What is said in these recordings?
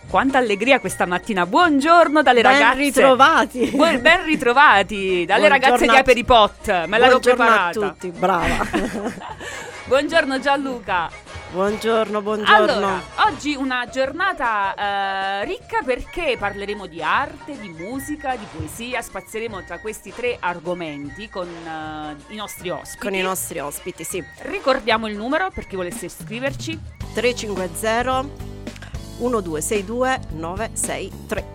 Quanta allegria questa mattina. Buongiorno dalle ragazze. Ben ritrovati dalle ragazze di Aperipot. Me l'ero preparata. Buongiorno a tutti, brava. Buongiorno Gianluca. Buongiorno. Allora, oggi una giornata ricca perché parleremo di arte, di musica, di poesia. Spazieremo tra questi tre argomenti con i nostri ospiti. Sì. Ricordiamo il numero per chi volesse scriverci: 350 1262 963.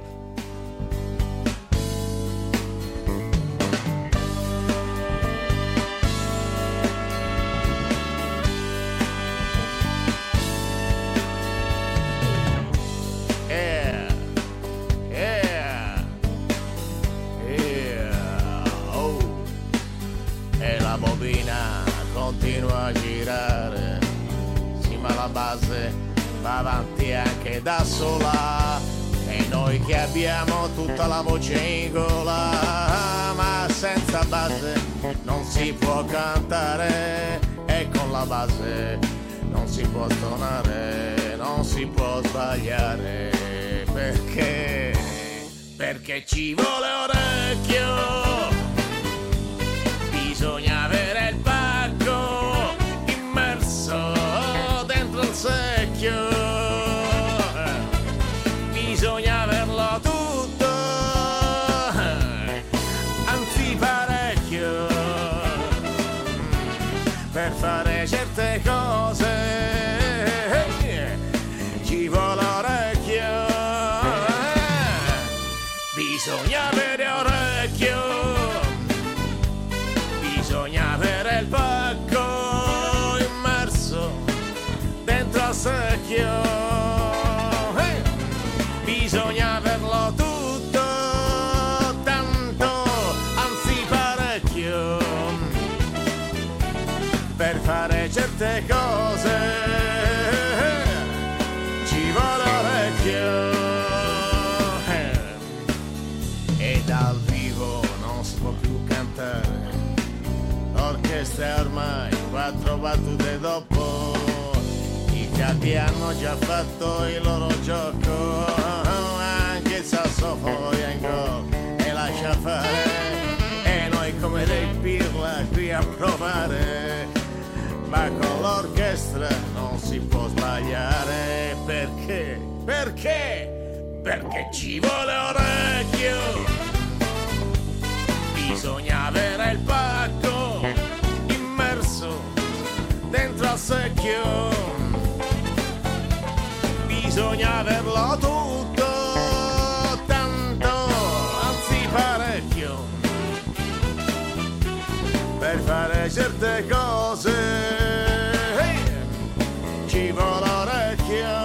Continua a girare, sì, ma la base va avanti anche da sola, e noi che abbiamo tutta la voce in gola, ma senza base non si può cantare, e con la base non si può suonare, non si può sbagliare, perché ci vuole orecchio, bisogna avere il pacco immerso dentro il secchio, bisogna averlo tutto, anzi parecchio, per fare certe cose ci vuole orecchio, bisogna avere orecchio, bisogna avere il pacco immerso dentro al secchio, bisogna averlo tutto, tanto, anzi parecchio, per fare certe cose ci vuole orecchio, e dal vivo non si può più cantare, l'orchestra ormai 4 battute dopo, i capi hanno già fatto il loro gioco, anche il sassofono è in gol e lascia fare, e noi come dei pirla qui a provare, ma con l'orchestra non si può sbagliare, perché ci vuole orecchio, bisogna avere il pacco immerso dentro al secchio, bisogna averlo tutto, tanto, anzi parecchio, per fare certe cose ci vuole orecchio,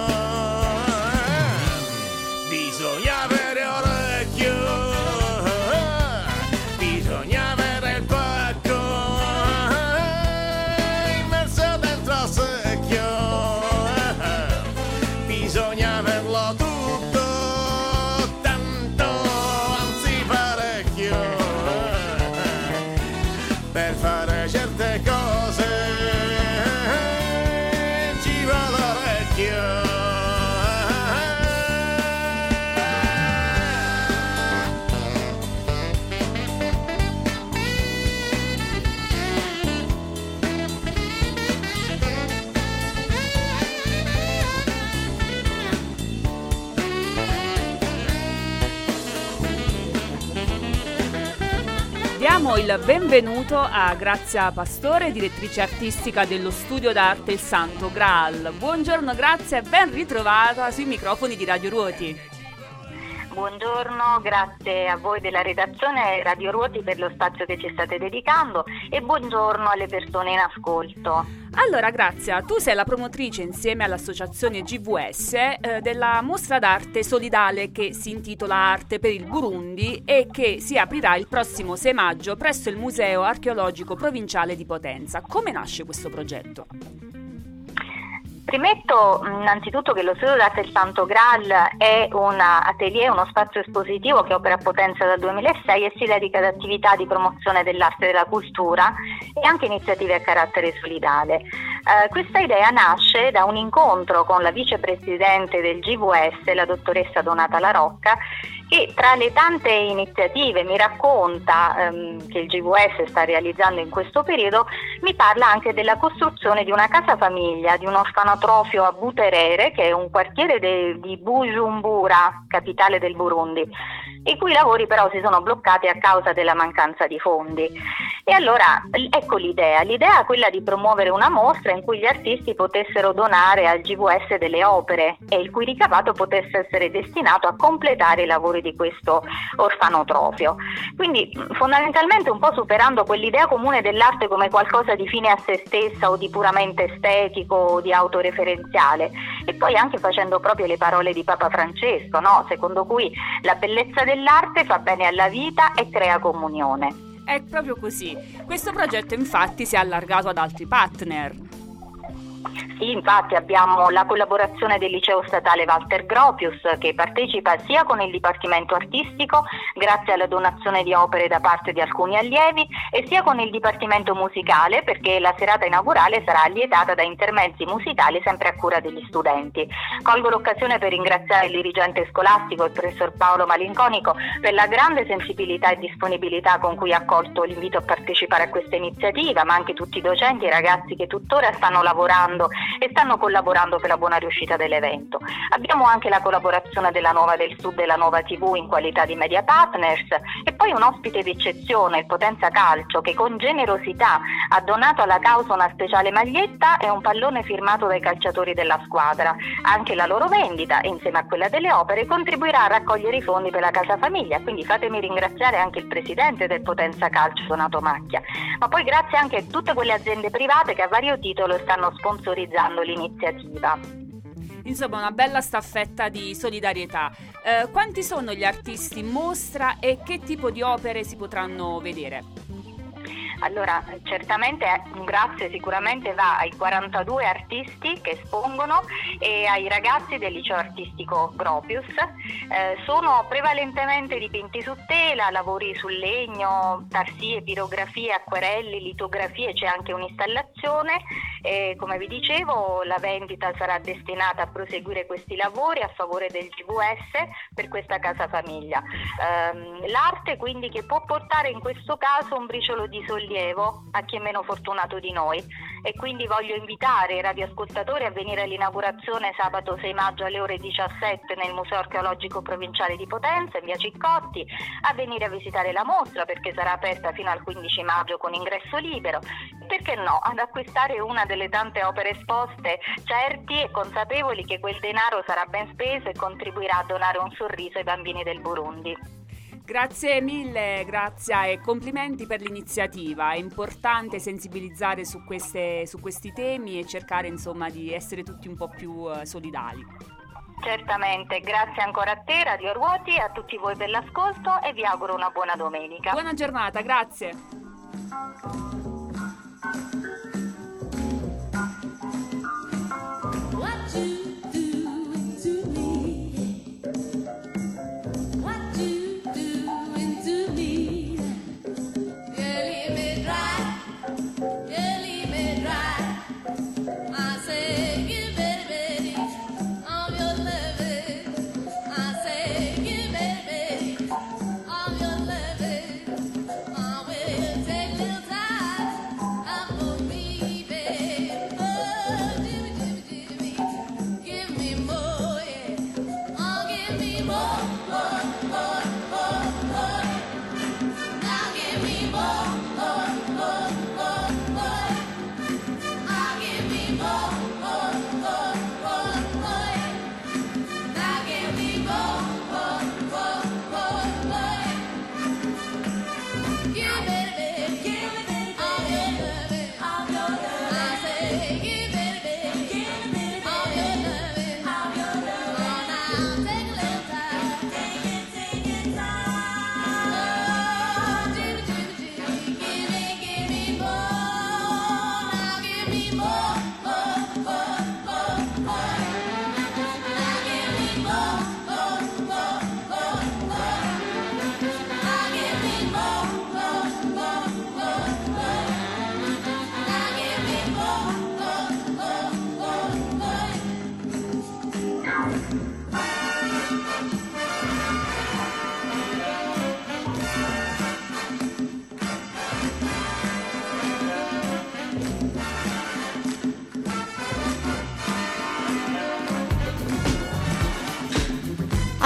bisogna avere orecchio, bisogna avere il pacco immerso dentro al secchio, bisogna averlo tutto, tanto, anzi parecchio, per fare certe cose ci vuole orecchio. Diamo il benvenuto a Grazia Pastore, direttrice artistica dello studio d'arte Il Santo Graal. Buongiorno Grazia e ben ritrovata sui microfoni di Radio Ruoti. Buongiorno, grazie a voi della redazione Radio Ruoti per lo spazio che ci state dedicando, e buongiorno alle persone in ascolto. Allora Grazia, tu sei la promotrice insieme all'associazione GVS della mostra d'arte solidale che si intitola Arte per il Burundi e che si aprirà il prossimo 6 maggio presso il Museo Archeologico Provinciale di Potenza. Come nasce questo progetto? Premetto innanzitutto che lo studio d'arte Il Santo Graal è un atelier, uno spazio espositivo che opera a Potenza dal 2006 e si dedica ad attività di promozione dell'arte e della cultura e anche iniziative a carattere solidale. Questa idea nasce da un incontro con la vicepresidente del GVS, la dottoressa Donata La Rocca, che tra le tante iniziative mi racconta che il GVS sta realizzando in questo periodo, mi parla anche della costruzione di una casa famiglia, di un orfanotrofio a Buterere, che è un quartiere di Bujumbura, capitale del Burundi, i cui lavori però si sono bloccati a causa della mancanza di fondi. E allora ecco l'idea è quella di promuovere una mostra in cui gli artisti potessero donare al GVS delle opere e il cui ricavato potesse essere destinato a completare i lavori di questo orfanotrofio. Quindi fondamentalmente un po' superando quell'idea comune dell'arte come qualcosa di fine a se stessa o di puramente estetico o di autoreferenziale, e poi anche facendo proprio le parole di Papa Francesco, no? Secondo cui la bellezza dell'arte fa bene alla vita e crea comunione. È proprio così. Questo progetto infatti si è allargato ad altri partner. Sì, infatti abbiamo la collaborazione del Liceo Statale Walter Gropius, che partecipa sia con il Dipartimento Artistico, grazie alla donazione di opere da parte di alcuni allievi, e sia con il Dipartimento Musicale, perché la serata inaugurale sarà allietata da intermezzi musicali sempre a cura degli studenti. Colgo l'occasione per ringraziare il dirigente scolastico, il professor Paolo Malinconico, per la grande sensibilità e disponibilità con cui ha accolto l'invito a partecipare a questa iniziativa, ma anche tutti i docenti e i ragazzi che tuttora stanno lavorando e stanno collaborando per la buona riuscita dell'evento. Abbiamo anche la collaborazione della Nuova del Sud e la Nuova TV in qualità di media partners, e poi un ospite d'eccezione, il Potenza Calcio, che con generosità ha donato alla causa una speciale maglietta e un pallone firmato dai calciatori della squadra. Anche la loro vendita, insieme a quella delle opere, contribuirà a raccogliere i fondi per la casa famiglia, quindi fatemi ringraziare anche il presidente del Potenza Calcio, Donato Macchia, ma poi grazie anche a tutte quelle aziende private che a vario titolo stanno sponsorizzando l'iniziativa. Insomma, una bella staffetta di solidarietà. Quanti sono gli artisti in mostra e che tipo di opere si potranno vedere? Allora, certamente un grazie sicuramente va ai 42 artisti che espongono e ai ragazzi del liceo artistico Gropius. Sono prevalentemente dipinti su tela, lavori sul legno, tarsie, pirografie, acquerelli, litografie, c'è anche un'installazione. Come vi dicevo, la vendita sarà destinata a proseguire questi lavori a favore del GVS per questa casa famiglia. L'arte quindi che può portare in questo caso un briciolo di sollievo a chi è meno fortunato di noi, e quindi voglio invitare i radioascoltatori a venire all'inaugurazione sabato 6 maggio alle ore 17 nel Museo Archeologico Provinciale di Potenza in via Ciccotti, a venire a visitare la mostra perché sarà aperta fino al 15 maggio con ingresso libero, perché no, ad acquistare una delle tante opere esposte, certi e consapevoli che quel denaro sarà ben speso e contribuirà a donare un sorriso ai bambini del Burundi. Grazie mille, Grazia, e complimenti per l'iniziativa. È importante sensibilizzare su questi temi e cercare insomma di essere tutti un po' più solidali. Certamente, grazie ancora a te Radio Ruoti e a tutti voi per l'ascolto e vi auguro una buona domenica. Buona giornata, grazie.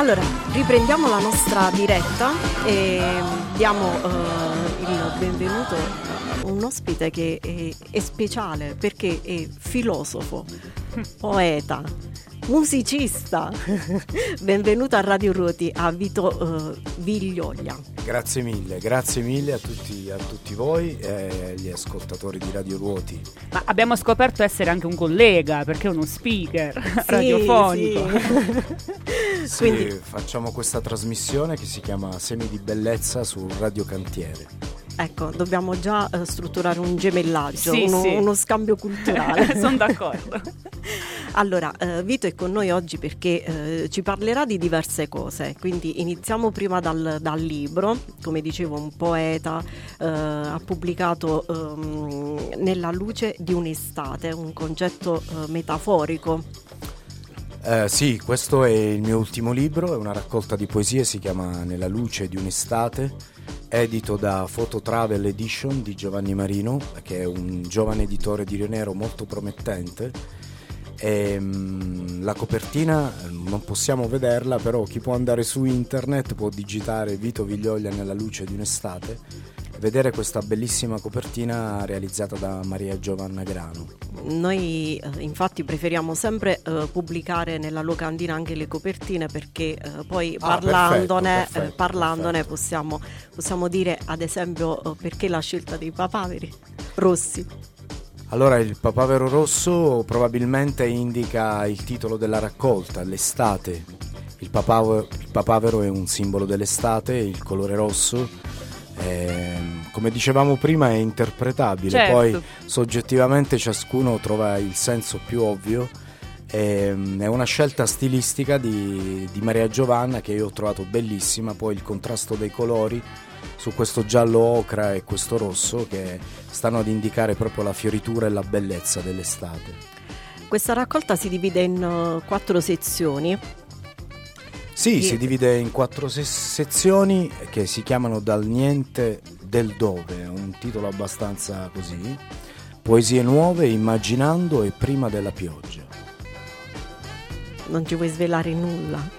Allora, riprendiamo la nostra diretta e diamo il benvenuto a un ospite che è speciale perché è filosofo, poeta, musicista. Benvenuto a Radio Ruoti, a Vito Viglioglia. Grazie mille a tutti voi e agli ascoltatori di Radio Ruoti. Ma abbiamo scoperto essere anche un collega, perché è uno speaker radiofonico. Sì, Quindi facciamo questa trasmissione che si chiama Semi di Bellezza su Radio Cantiere. ecco, dobbiamo già strutturare un gemellaggio, Sì, sì. uno scambio culturale. Sono d'accordo. Allora, Vito è con noi oggi perché ci parlerà di diverse cose, quindi iniziamo prima dal libro. Come dicevo, un poeta, ha pubblicato Nella luce di un'estate, un concetto metaforico. Sì, questo è il mio ultimo libro, è una raccolta di poesie, si chiama Nella luce di un'estate, edito da Photo Travel Edition di Giovanni Marino, che è un giovane editore di Rio Nero molto promettente. La copertina non possiamo vederla, però chi può andare su internet può digitare Vito Viglioglia Nella luce di un'estate, vedere questa bellissima copertina realizzata da Maria Giovanna Grano. Noi infatti preferiamo sempre pubblicare nella locandina anche le copertine, perché poi parlandone perfetto. possiamo dire, ad esempio, perché la scelta dei papaveri rossi. Allora, il papavero rosso probabilmente indica il titolo della raccolta, l'estate. Il papavero è un simbolo dell'estate, il colore rosso, come dicevamo prima, è interpretabile, Certo. Poi soggettivamente ciascuno trova il senso più ovvio. È una scelta stilistica di Maria Giovanna che io ho trovato bellissima, poi il contrasto dei colori su questo giallo ocra e questo rosso che stanno ad indicare proprio la fioritura e la bellezza dell'estate. Questa raccolta si divide in 4 sezioni. Sì, Sì. si divide in 4 sezioni che si chiamano Dal niente del dove, un titolo abbastanza così: Poesie nuove, Immaginando e Prima della pioggia. Non ci vuoi svelare nulla?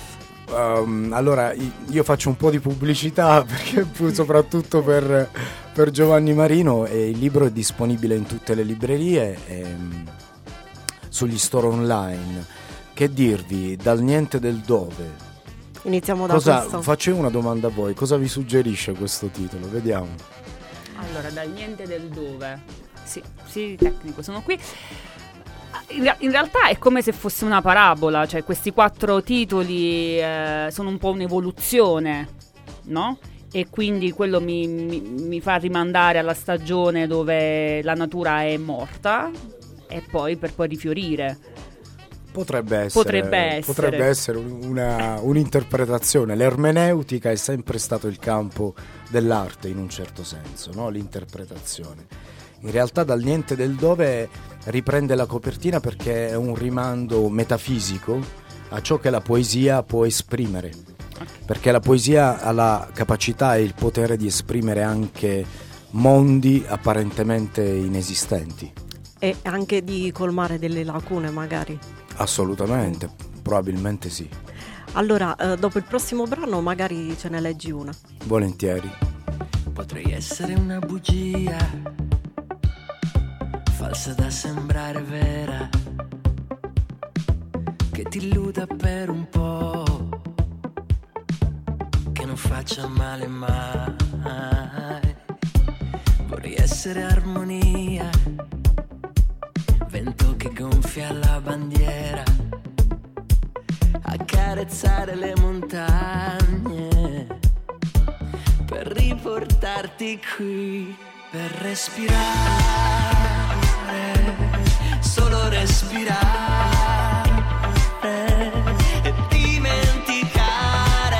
Allora, io faccio un po' di pubblicità perché soprattutto per Giovanni Marino, e il libro è disponibile in tutte le librerie e sugli store online. Che dirvi, Dal niente del dove. Iniziamo da questo. Faccio una domanda a voi, cosa vi suggerisce questo titolo? Vediamo. Allora, dal niente del dove. Sì, tecnico, sono qui. In realtà è come se fosse una parabola, cioè questi 4 titoli sono un po' un'evoluzione, no? E quindi quello mi fa rimandare alla stagione dove la natura è morta e poi per poi rifiorire. Potrebbe essere un'interpretazione. L'ermeneutica è sempre stato il campo dell'arte in un certo senso, no? L'interpretazione. In realtà Dal niente del dove riprende la copertina perché è un rimando metafisico a ciò che la poesia può esprimere, perché la poesia ha la capacità e il potere di esprimere anche mondi apparentemente inesistenti. E anche di colmare delle lacune, magari. Assolutamente, probabilmente sì. Allora, dopo il prossimo brano magari ce ne leggi una. Volentieri. Potrei essere una bugia, falsa da sembrare vera, che ti illuda per un po', che non faccia male mai. Vorrei essere armonia, vento che gonfia la bandiera, accarezzare le montagne, per riportarti qui, per respirare, solo respirare e dimenticare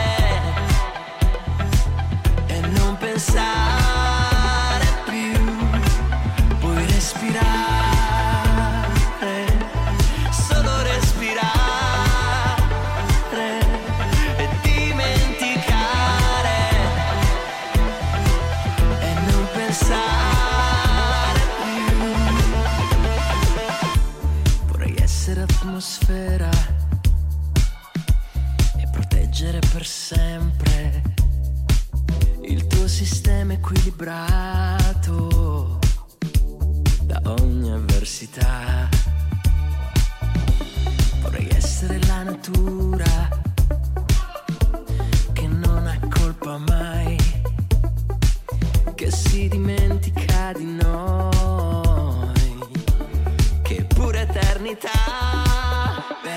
e non pensare più, puoi respirare, solo respirare e dimenticare e non pensare più. Vorrei essere atmosfera e proteggere reggere per sempre il tuo sistema equilibrato da ogni avversità. Vorrei essere la natura che non ha colpa mai, che si dimentica di noi, che pure eternità per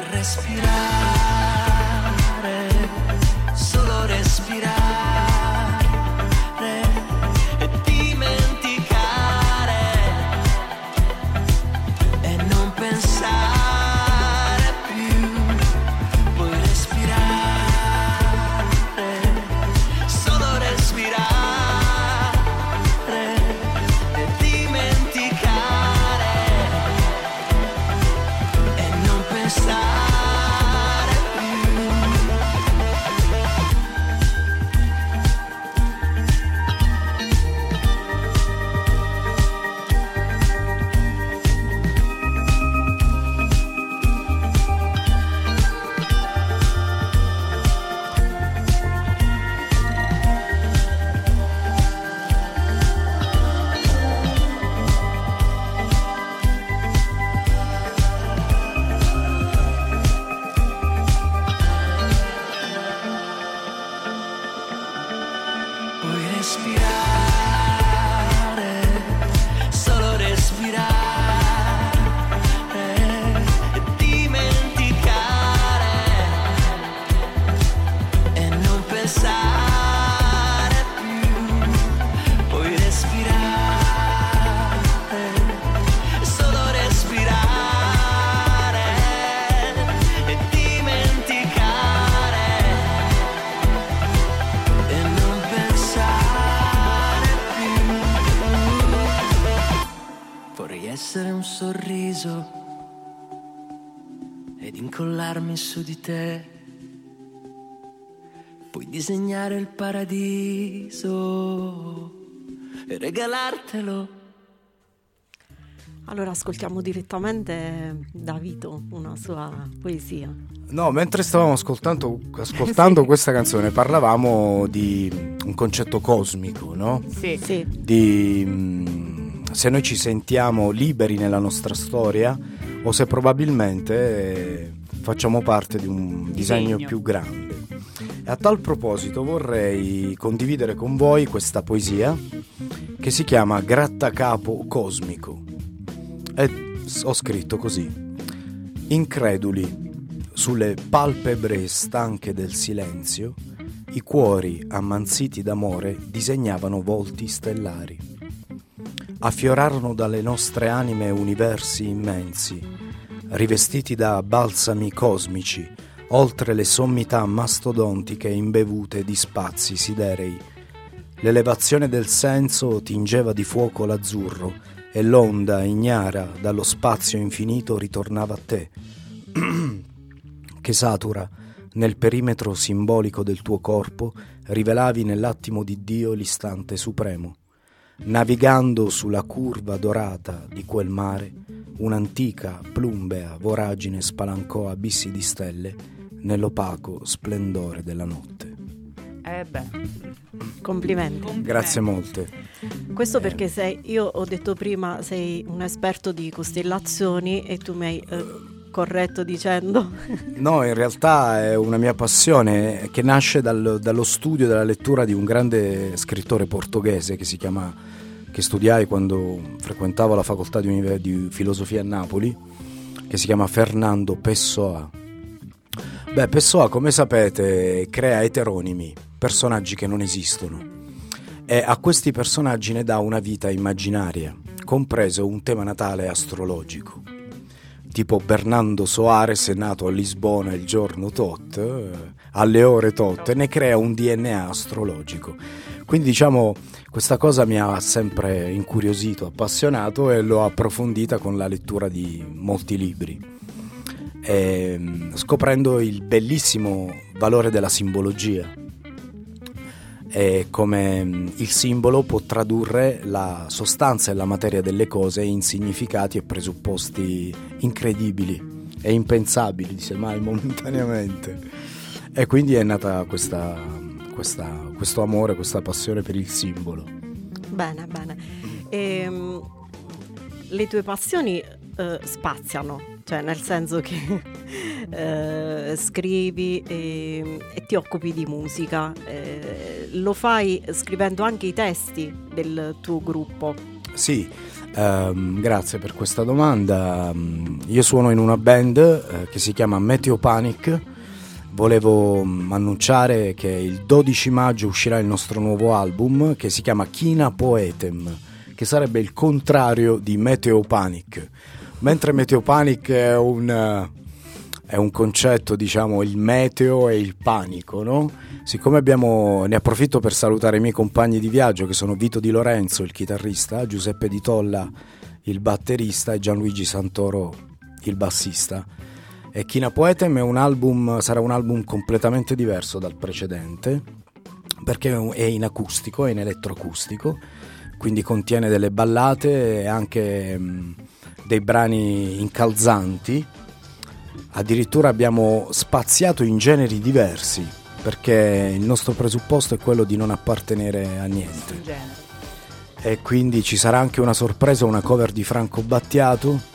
respirare, solo respirare e dimenticare e non pensare più, puoi respirare, solo respirare e dimenticare e non pensare. Sorriso ed incollarmi su di te, puoi disegnare il paradiso e regalartelo. Allora ascoltiamo direttamente da Vito una sua poesia. No, mentre stavamo ascoltando sì, questa canzone parlavamo di un concetto cosmico, no? Sì. Di se noi ci sentiamo liberi nella nostra storia o se probabilmente facciamo parte di un disegno più grande. E a tal proposito vorrei condividere con voi questa poesia che si chiama Grattacapo cosmico. E ho scritto così: increduli, sulle palpebre stanche del silenzio, i cuori ammansiti d'amore disegnavano volti stellari. Affiorarono dalle nostre anime universi immensi, rivestiti da balsami cosmici, oltre le sommità mastodontiche imbevute di spazi siderei. L'elevazione del senso tingeva di fuoco l'azzurro e l'onda ignara dallo spazio infinito ritornava a te, che satura nel perimetro simbolico del tuo corpo rivelavi nell'attimo di Dio l'istante supremo. Navigando sulla curva dorata di quel mare, un'antica, plumbea voragine spalancò abissi di stelle nell'opaco splendore della notte. Complimenti. Grazie molte. Questo perché io ho detto prima, sei un esperto di costellazioni e tu mi hai corretto dicendo? No, in realtà è una mia passione che nasce dallo studio e dalla lettura di un grande scrittore portoghese che studiai quando frequentavo la facoltà di filosofia a Napoli, che si chiama Fernando Pessoa. Pessoa, come sapete, crea eteronimi, personaggi che non esistono, e a questi personaggi ne dà una vita immaginaria, compreso un tema natale astrologico. Tipo Bernardo Soares è nato a Lisbona il giorno tot, alle ore tot, e ne crea un DNA astrologico. Quindi questa cosa mi ha sempre incuriosito, appassionato, e l'ho approfondita con la lettura di molti libri, scoprendo il bellissimo valore della simbologia e come il simbolo può tradurre la sostanza e la materia delle cose in significati e presupposti incredibili e impensabili, semmai momentaneamente. E quindi è nata questo amore, questa passione per il simbolo. Bene. Le tue passioni spaziano, cioè nel senso che scrivi e ti occupi di musica, lo fai scrivendo anche i testi del tuo gruppo. Sì, grazie per questa domanda. Io suono in una band che si chiama Meteo Panic. Volevo annunciare che il 12 maggio uscirà il nostro nuovo album che si chiama China Poetem, che sarebbe il contrario di Meteo Panic. Mentre Meteo Panic è un concetto, diciamo, il meteo e il panico, no? Siccome ne approfitto per salutare i miei compagni di viaggio, che sono Vito Di Lorenzo, il chitarrista, Giuseppe Di Tolla, il batterista, e Gianluigi Santoro, il bassista. E China Poetem sarà un album completamente diverso dal precedente, perché è in acustico, è in elettroacustico, quindi contiene delle ballate e anche dei brani incalzanti. Addirittura abbiamo spaziato in generi diversi, perché il nostro presupposto è quello di non appartenere a niente. E quindi ci sarà anche una sorpresa, una cover di Franco Battiato.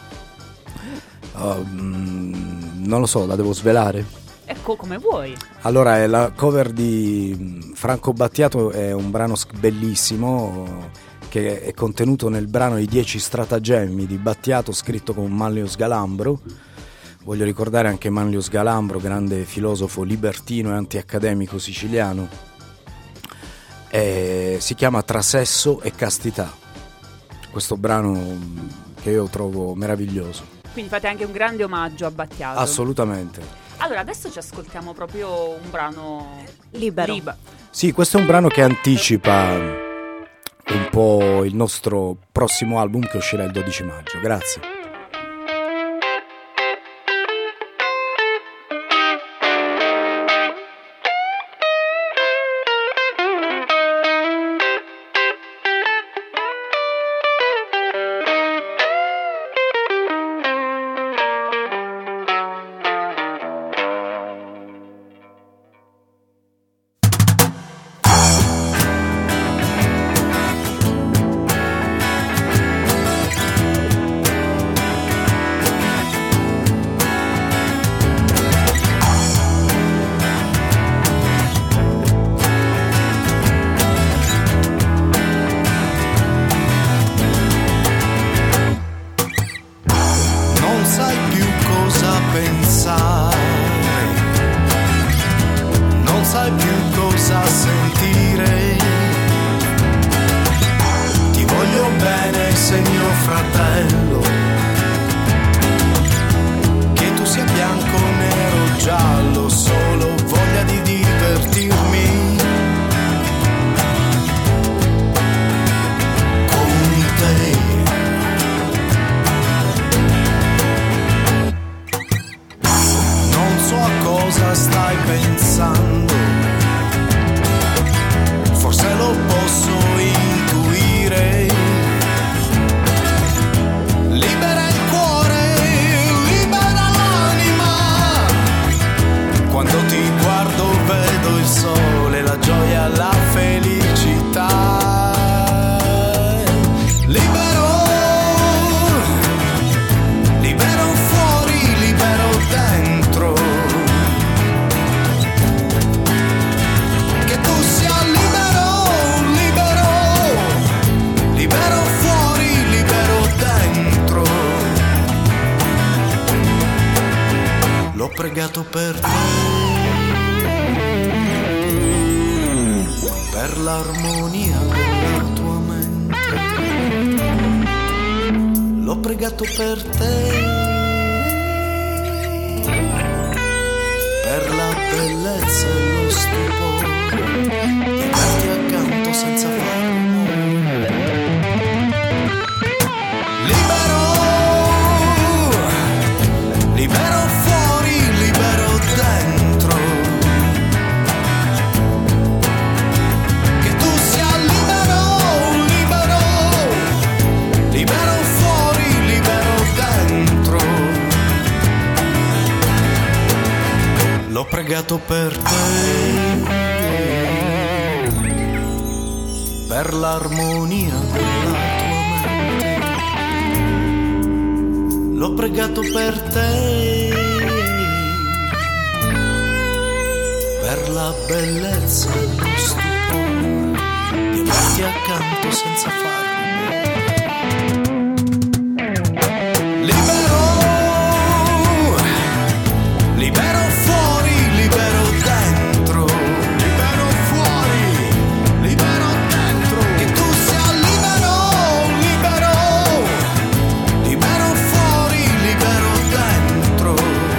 Non lo so, la devo svelare? Ecco, come vuoi. Allora, la cover di Franco Battiato è un brano bellissimo che è contenuto nel brano I 10 stratagemmi di Battiato, scritto con Manlio Sgalambro. Voglio ricordare anche Manlio Sgalambro, grande filosofo libertino e antiaccademico siciliano. Si chiama Tra sesso e castità, questo brano che io trovo meraviglioso. Quindi fate anche un grande omaggio a Battiato. Assolutamente. Allora, adesso ci ascoltiamo proprio un brano libero. Sì, questo è un brano che anticipa un po' il nostro prossimo album che uscirà il 12 maggio. Grazie. Pregato per te, per l'armonia della tua mente, l'ho pregato per te, per la bellezza e lo stupore di averti accanto senza fare rumore. Libero, libero dentro, che tu sia libero, libero, libero fuori, libero dentro. L'ho pregato pregato per te, per l'armonia della tua mente. L'ho pregato per te, per la bellezza e lo stupore di averti accanto senza farlo. Libero fuori, libero dentro, libero fuori, libero dentro, che tu sia libero, libero, libero fuori, libero dentro,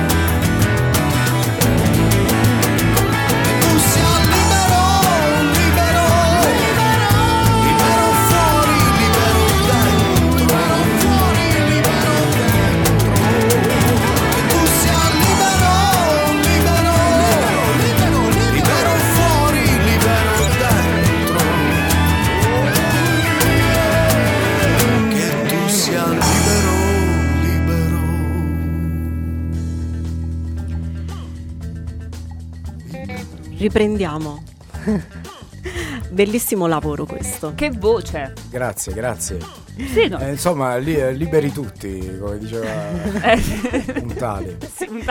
che tu sia libero, libero, libero fuori, libero dentro, libero fuori, libero dentro, che tu sia libero. Riprendiamo. Bellissimo lavoro questo. Che voce. Grazie. Sì, no. Insomma, liberi tutti, come diceva un tale. Sì, un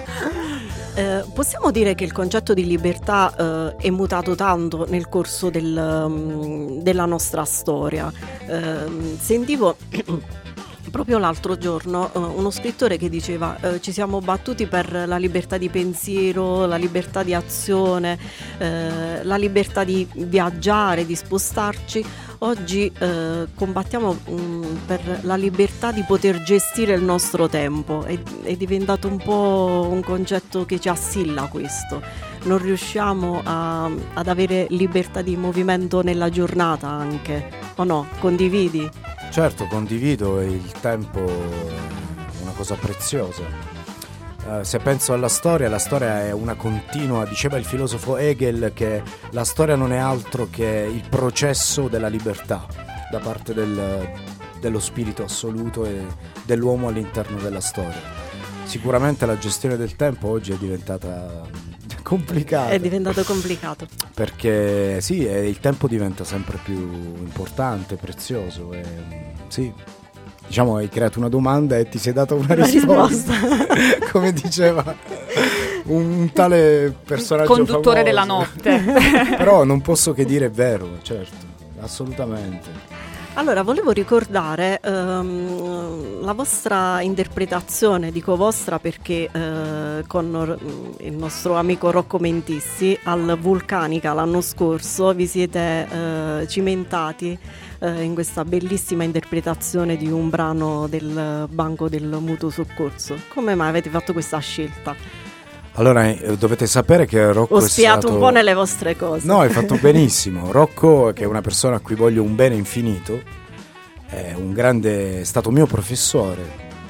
tale. Possiamo dire che il concetto di libertà è mutato tanto nel corso della nostra storia. Sentivo proprio l'altro giorno uno scrittore che diceva ci siamo battuti per la libertà di pensiero, la libertà di azione, la libertà di viaggiare, di spostarci. Oggi combattiamo per la libertà di poter gestire il nostro tempo. È diventato un po' un concetto che ci assilla questo. Non riusciamo ad avere libertà di movimento nella giornata anche, o no? Condividi? Certo, condivido, il tempo è una cosa preziosa. Se penso alla storia, la storia è una continua, diceva il filosofo Hegel che la storia non è altro che il processo della libertà da parte dello spirito assoluto e dell'uomo all'interno della storia. Sicuramente la gestione del tempo oggi è diventata complicata. È diventato complicato. Perché sì, il tempo diventa sempre più importante, prezioso. Sì, diciamo hai creato una domanda e ti sei dato una risposta. Come diceva un tale personaggio conduttore famoso. della notte. Però non posso che dire è vero, certo, assolutamente. Allora, volevo ricordare la vostra interpretazione, dico vostra perché con il nostro amico Rocco Mentissi al Vulcanica l'anno scorso vi siete cimentati in questa bellissima interpretazione di un brano del Banco del Mutuo Soccorso. Come mai avete fatto questa scelta? Allora, dovete sapere che Rocco ho spiato un po' nelle vostre cose. No, hai fatto benissimo. Rocco, che è una persona a cui voglio un bene infinito, è un grande, è stato mio professore.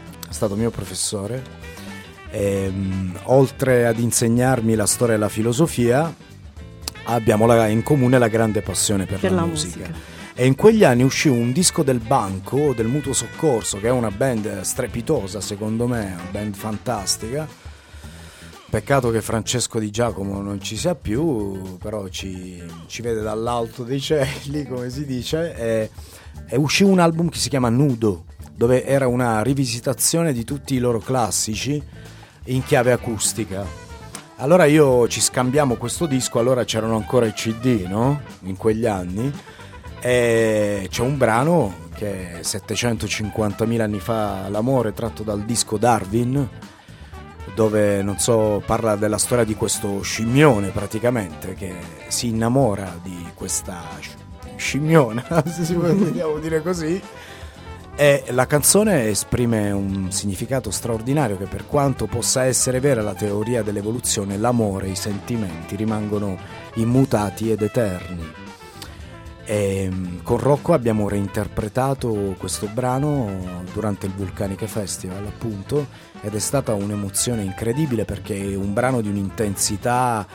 Oltre ad insegnarmi la storia e la filosofia, abbiamo in comune la grande passione per la musica. E in quegli anni uscì un disco del Banco del Mutuo Soccorso, che è una band strepitosa, secondo me, una band fantastica. Peccato che Francesco Di Giacomo non ci sia più, però ci vede dall'alto dei cieli, come si dice, e uscì un album che si chiama Nudo, dove era una rivisitazione di tutti i loro classici in chiave acustica. Allora ci scambiamo questo disco, allora c'erano ancora i CD, no? In quegli anni, e c'è un brano che 750.000 anni fa, l'amore, tratto dal disco Darwin, dove parla della storia di questo scimmione praticamente che si innamora di questa scimmiona, se si vogliamo dire così, e la canzone esprime un significato straordinario, che per quanto possa essere vera la teoria dell'evoluzione, l'amore, i sentimenti rimangono immutati ed eterni. E con Rocco abbiamo reinterpretato questo brano durante il Vulcanica Festival, appunto, ed è stata un'emozione incredibile, perché è un brano di un'intensità,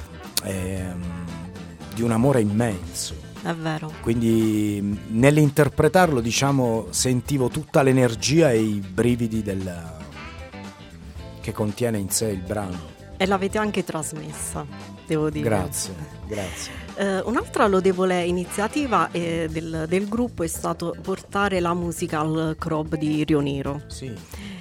di un amore immenso. È vero. Quindi nell'interpretarlo, diciamo, sentivo tutta l'energia e i brividi che contiene in sé il brano. E l'avete anche trasmessa, devo dire. Grazie. Un'altra lodevole iniziativa del gruppo è stato portare la musica al CROB di Rio Nero. Sì.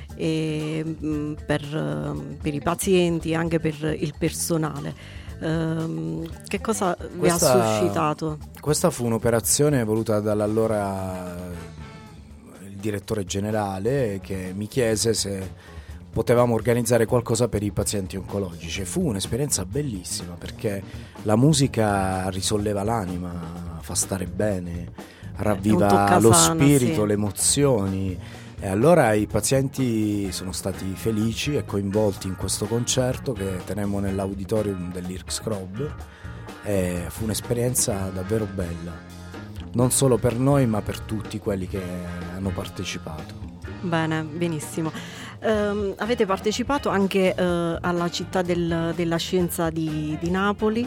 Per i pazienti e anche per il personale. Che cosa vi ha suscitato? Questa fu un'operazione voluta dall'allora il direttore generale, che mi chiese se potevamo organizzare qualcosa per i pazienti oncologici. Fu un'esperienza bellissima, perché la musica risolleva l'anima, fa stare bene, ravviva lo spirito, sì, le emozioni. E allora i pazienti sono stati felici e coinvolti in questo concerto che tenemmo nell'auditorium dell'IRCS CROB, e fu un'esperienza davvero bella, non solo per noi ma per tutti quelli che hanno partecipato. Bene, benissimo. Avete partecipato anche alla città della scienza di Napoli.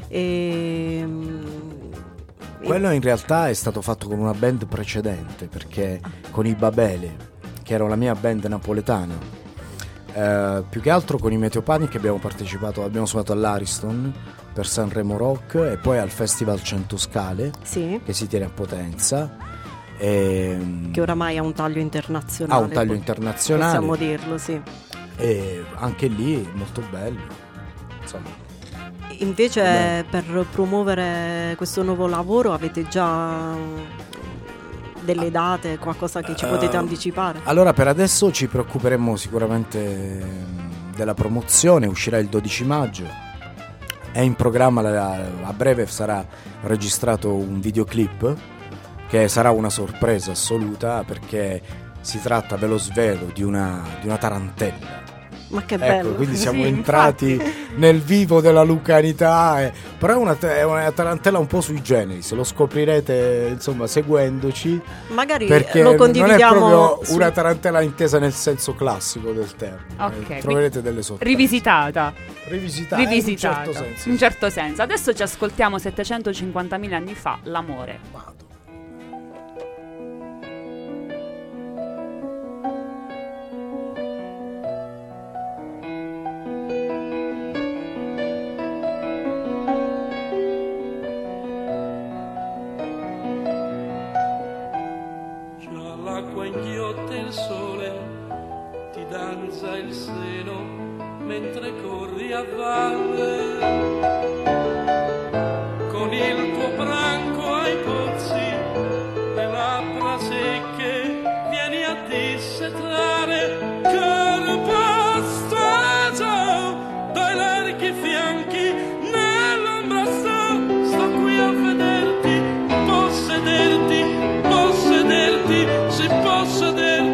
Quello in realtà è stato fatto con una band precedente, perché con i Babele, che era la mia band napoletana, più che altro con i Meteopanic abbiamo suonato all'Ariston per Sanremo Rock e poi al Festival Centoscale, sì, che si tiene a Potenza. Che oramai ha un taglio internazionale. Ha un taglio internazionale. Possiamo dirlo, sì. E anche lì molto bello. Insomma. Invece per promuovere questo nuovo lavoro avete già delle date, qualcosa che ci potete anticipare? Allora, per adesso ci preoccuperemo sicuramente della promozione. Uscirà il 12 maggio. È in programma, a breve sarà registrato un videoclip che sarà una sorpresa assoluta, perché si tratta, ve lo svelo, di una tarantella. Ma che bello! Quindi siamo entrati nel vivo della lucanità, però è una tarantella un po' sui generis, lo scoprirete insomma seguendoci. Magari perché lo condividiamo. Non è proprio una tarantella intesa nel senso classico del termine. Okay, troverete delle sorprese. Rivisitata. In un certo senso. Adesso ci ascoltiamo 750.000 anni fa, l'amore. Vado. Il seno mentre corri a valle, con il tuo branco ai pozzi, le labbra secche vieni a dissetrare, caro pastaggio dai larghi fianchi, nell'ombra sto qui a vederti, possederti, sì, possederti.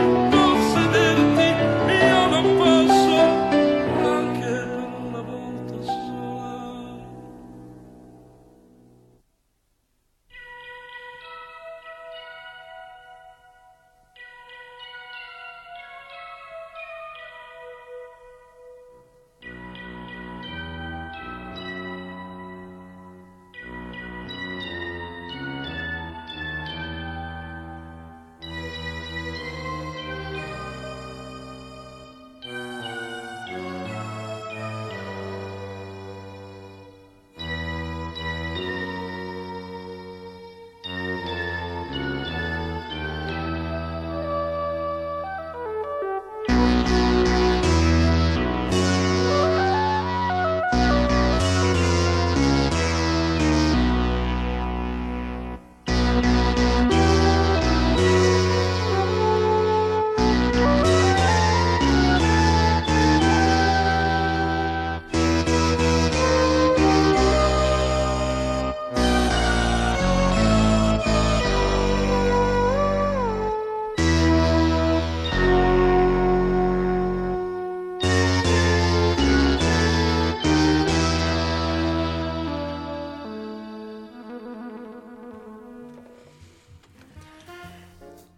Anche una volta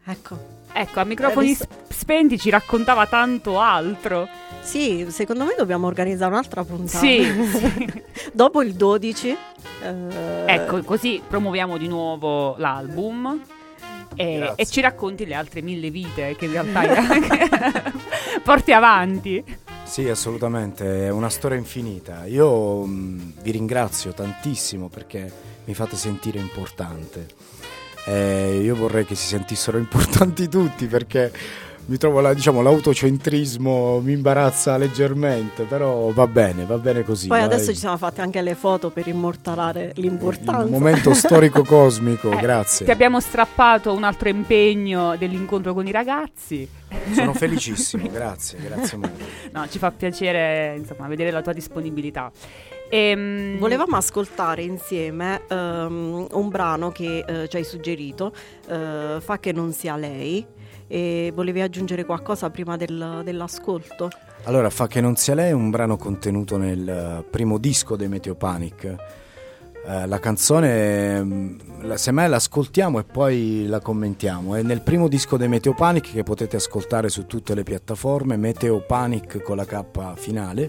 Ecco, a microfoni spenti ci raccontava tanto altro. Sì, secondo me dobbiamo organizzare un'altra puntata. Sì. Dopo il 12. Ecco, così promuoviamo di nuovo l'album e ci racconti le altre 1000 vite che in realtà porti avanti. Sì, assolutamente, è una storia infinita. Io vi ringrazio tantissimo perché mi fate sentire importante. Io vorrei che si sentissero importanti tutti, perché mi trovo l'autocentrismo mi imbarazza leggermente, però va bene così. Poi adesso ci siamo fatti anche le foto per immortalare l'importanza. Un momento storico cosmico, grazie. Ti abbiamo strappato un altro impegno dell'incontro con i ragazzi. Sono felicissimo, grazie molto. No, ci fa piacere, insomma, vedere la tua disponibilità. Volevamo ascoltare insieme un brano che ci hai suggerito, Fa che non sia lei, e volevi aggiungere qualcosa prima dell'ascolto? Allora, Fa che non sia lei è un brano contenuto nel primo disco dei Meteopanic. La canzone, semmai l'ascoltiamo e poi la commentiamo. È nel primo disco dei Meteopanic, che potete ascoltare su tutte le piattaforme, Meteopanic con la K finale.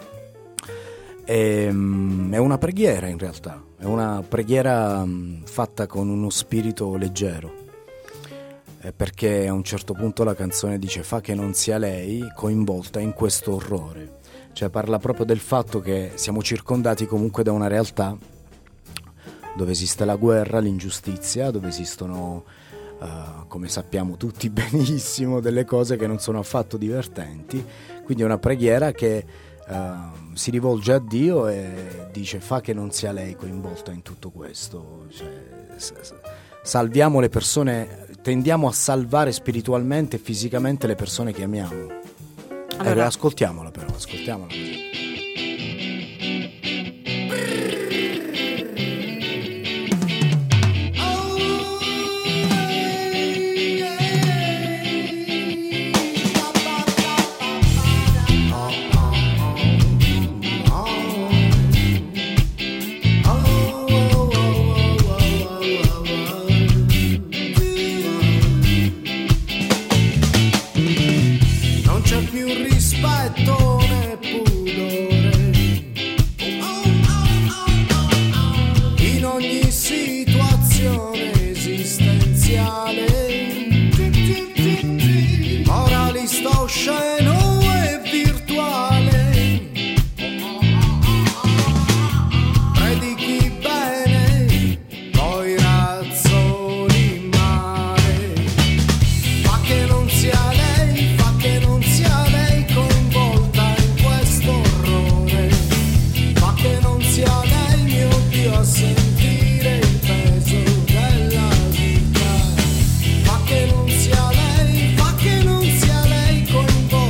È una preghiera, in realtà, è una preghiera fatta con uno spirito leggero, perché a un certo punto la canzone dice: fa che non sia lei coinvolta in questo orrore, cioè parla proprio del fatto che siamo circondati comunque da una realtà dove esiste la guerra, l'ingiustizia, dove esistono, come sappiamo tutti benissimo, delle cose che non sono affatto divertenti. Quindi è una preghiera che si rivolge a Dio e dice: fa che non sia lei coinvolta in tutto questo, cioè, salviamo le persone, tendiamo a salvare spiritualmente e fisicamente le persone che amiamo. Allora, ascoltiamola così. Fa che non sia lei coinvolta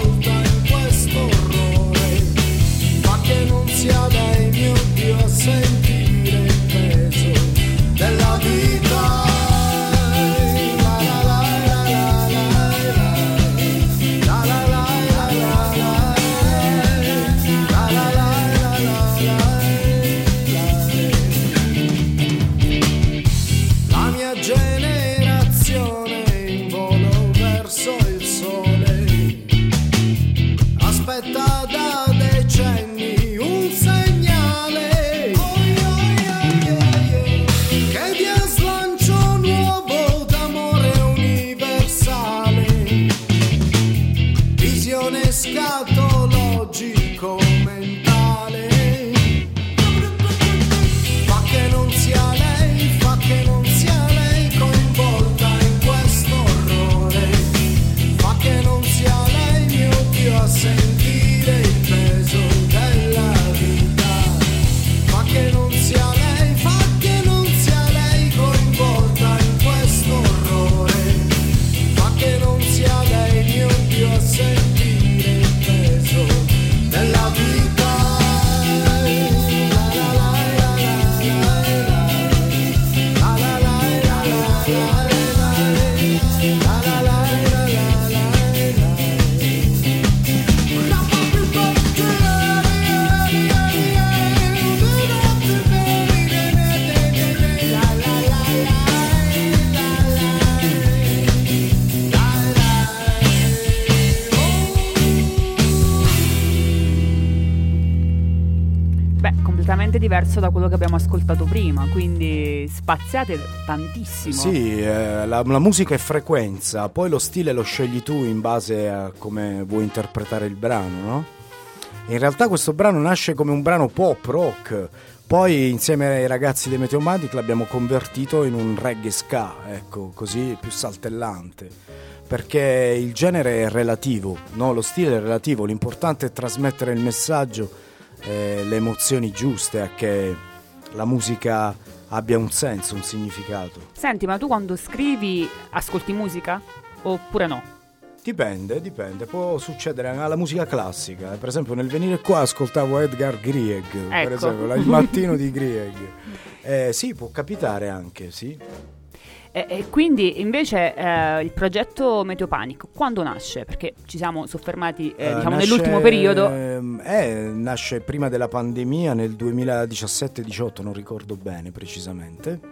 completamente diverso da quello che abbiamo ascoltato prima, quindi spaziate tantissimo. Sì, la musica è frequenza, poi lo stile lo scegli tu in base a come vuoi interpretare il brano, no? In realtà questo brano nasce come un brano pop rock, poi insieme ai ragazzi dei Meteomatic l'abbiamo convertito in un reggae ska, ecco, così più saltellante, perché il genere è relativo, no? Lo stile è relativo, l'importante è trasmettere il messaggio, le emozioni giuste, a che la musica abbia un senso, un significato. Senti, ma tu quando scrivi ascolti musica oppure no? Dipende, può succedere anche alla musica classica. Per esempio nel venire qua ascoltavo Edgar Grieg, ecco. Per esempio, il mattino di Grieg. Sì, può capitare anche, sì. E quindi invece il progetto Meteopanic quando nasce? Perché ci siamo soffermati nell'ultimo periodo. Nasce prima della pandemia, nel 2017-18, non ricordo bene precisamente.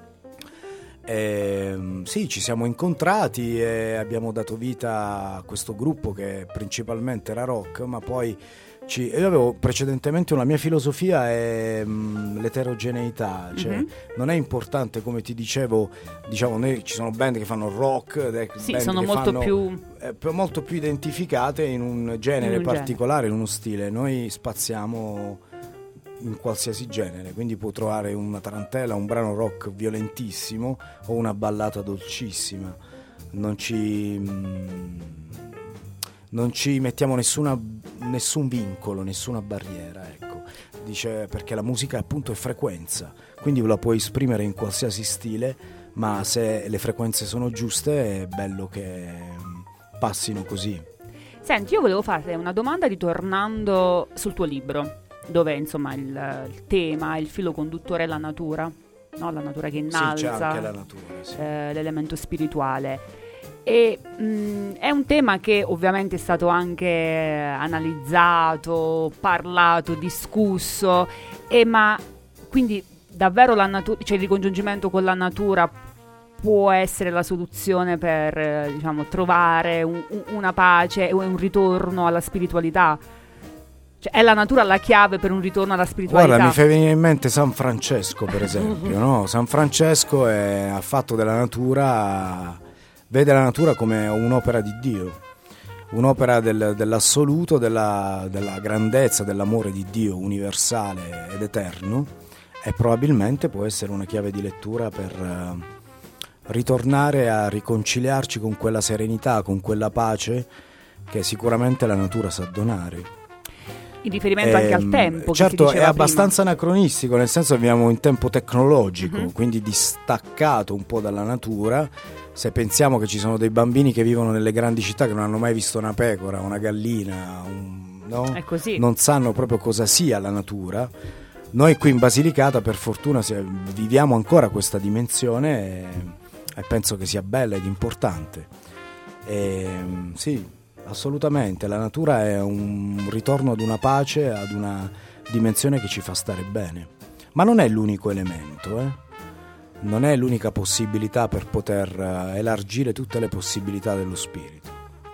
Sì, ci siamo incontrati e abbiamo dato vita a questo gruppo che principalmente era rock, ma poi io avevo precedentemente una mia filosofia è l'eterogeneità, cioè non è importante, come ti dicevo, diciamo, noi ci sono band che fanno rock, sì, band sono che molto più identificate in un genere particolare, in uno stile. Noi spaziamo in qualsiasi genere, quindi può trovare una tarantella, un brano rock violentissimo o una ballata dolcissima. Non ci mettiamo nessun vincolo, nessuna barriera, ecco. Dice, perché la musica appunto è frequenza, quindi la puoi esprimere in qualsiasi stile, ma se le frequenze sono giuste è bello che passino così. Senti, io volevo farti una domanda ritornando sul tuo libro, dove insomma il tema, il filo conduttore è la natura, no? La natura che innalza, sì, c'è anche la natura, sì. L'elemento spirituale. E è un tema che ovviamente è stato anche analizzato, parlato, discusso, ma quindi davvero la natura, cioè il ricongiungimento con la natura può essere la soluzione per trovare una pace e un ritorno alla spiritualità? Cioè, è la natura la chiave per un ritorno alla spiritualità? Guarda, mi fai venire in mente San Francesco, per esempio, no? San Francesco ha fatto della natura, vede la natura come un'opera di Dio, un'opera dell'assoluto, della grandezza, dell'amore di Dio universale ed eterno, e probabilmente può essere una chiave di lettura per ritornare a riconciliarci con quella serenità, con quella pace che sicuramente la natura sa donare. In riferimento anche al tempo, certo, che si è abbastanza anacronistico, nel senso che viviamo in tempo tecnologico, quindi distaccato un po' dalla natura. Se pensiamo che ci sono dei bambini che vivono nelle grandi città che non hanno mai visto una pecora, una gallina, no? È così. Non sanno proprio cosa sia la natura. Noi qui in Basilicata per fortuna viviamo ancora questa dimensione e penso che sia bella ed importante. Sì, assolutamente, la natura è un ritorno ad una pace, ad una dimensione che ci fa stare bene, ma non è l'unico elemento, non è l'unica possibilità per poter elargire tutte le possibilità dello spirito.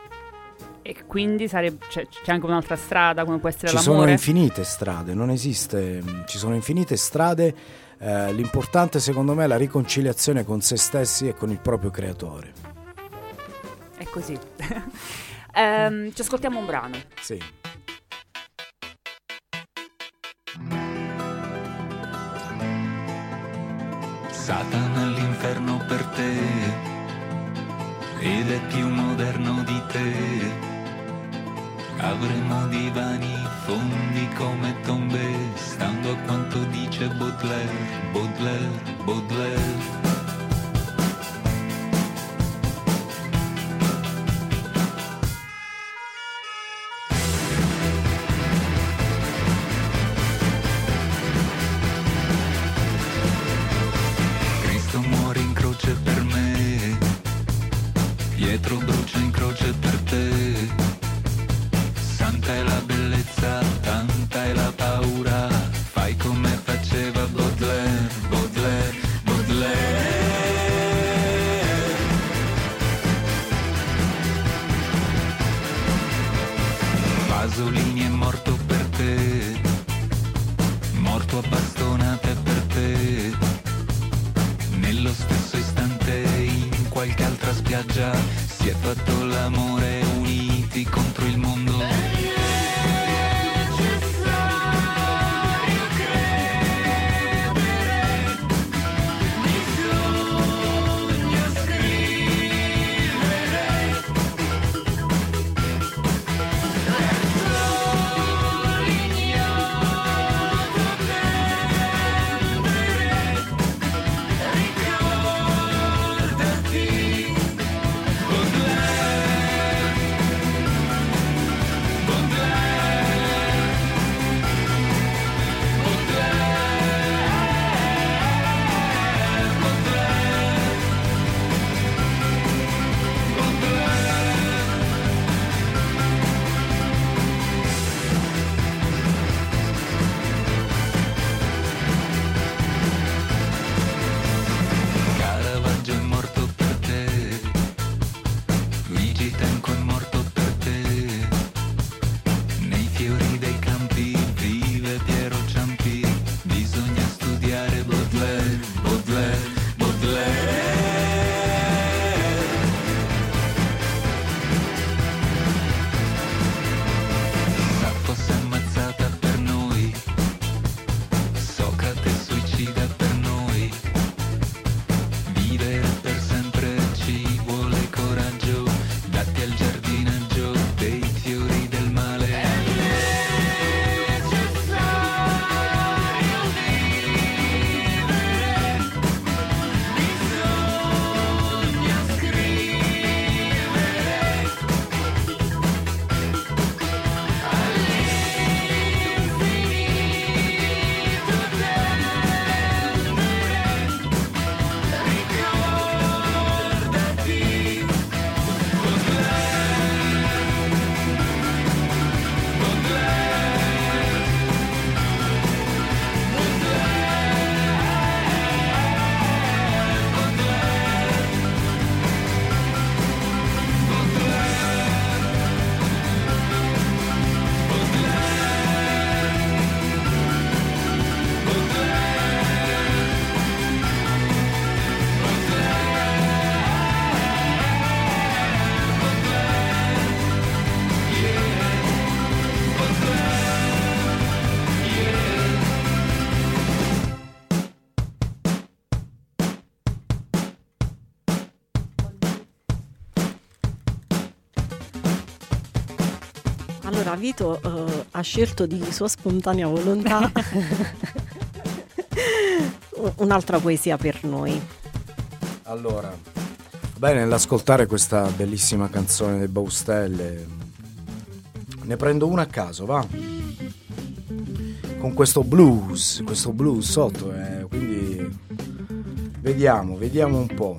E quindi c'è anche un'altra strada, come può essere l'amore? Ci sono infinite strade, non esiste, ci sono infinite strade, l'importante secondo me è la riconciliazione con se stessi e con il proprio creatore. È così. Ci ascoltiamo un brano. Sì. Satana all'inferno per te ed è più moderno di te. Avremo divani fondi come tombe, stando a quanto dice Baudelaire. Pietro brucia in croce per te. Santa è la bellezza, tanta è la paura. Fai come faceva Baudelaire. Pasolini è morto per te, morto a si è fatto l'amore uniti contro il mondo. Allora Vito ha scelto di sua spontanea volontà un'altra poesia per noi. Allora, bene, nell'ascoltare questa bellissima canzone dei Baustelle, ne prendo una a caso, va? Con questo blues sotto, quindi vediamo un po'.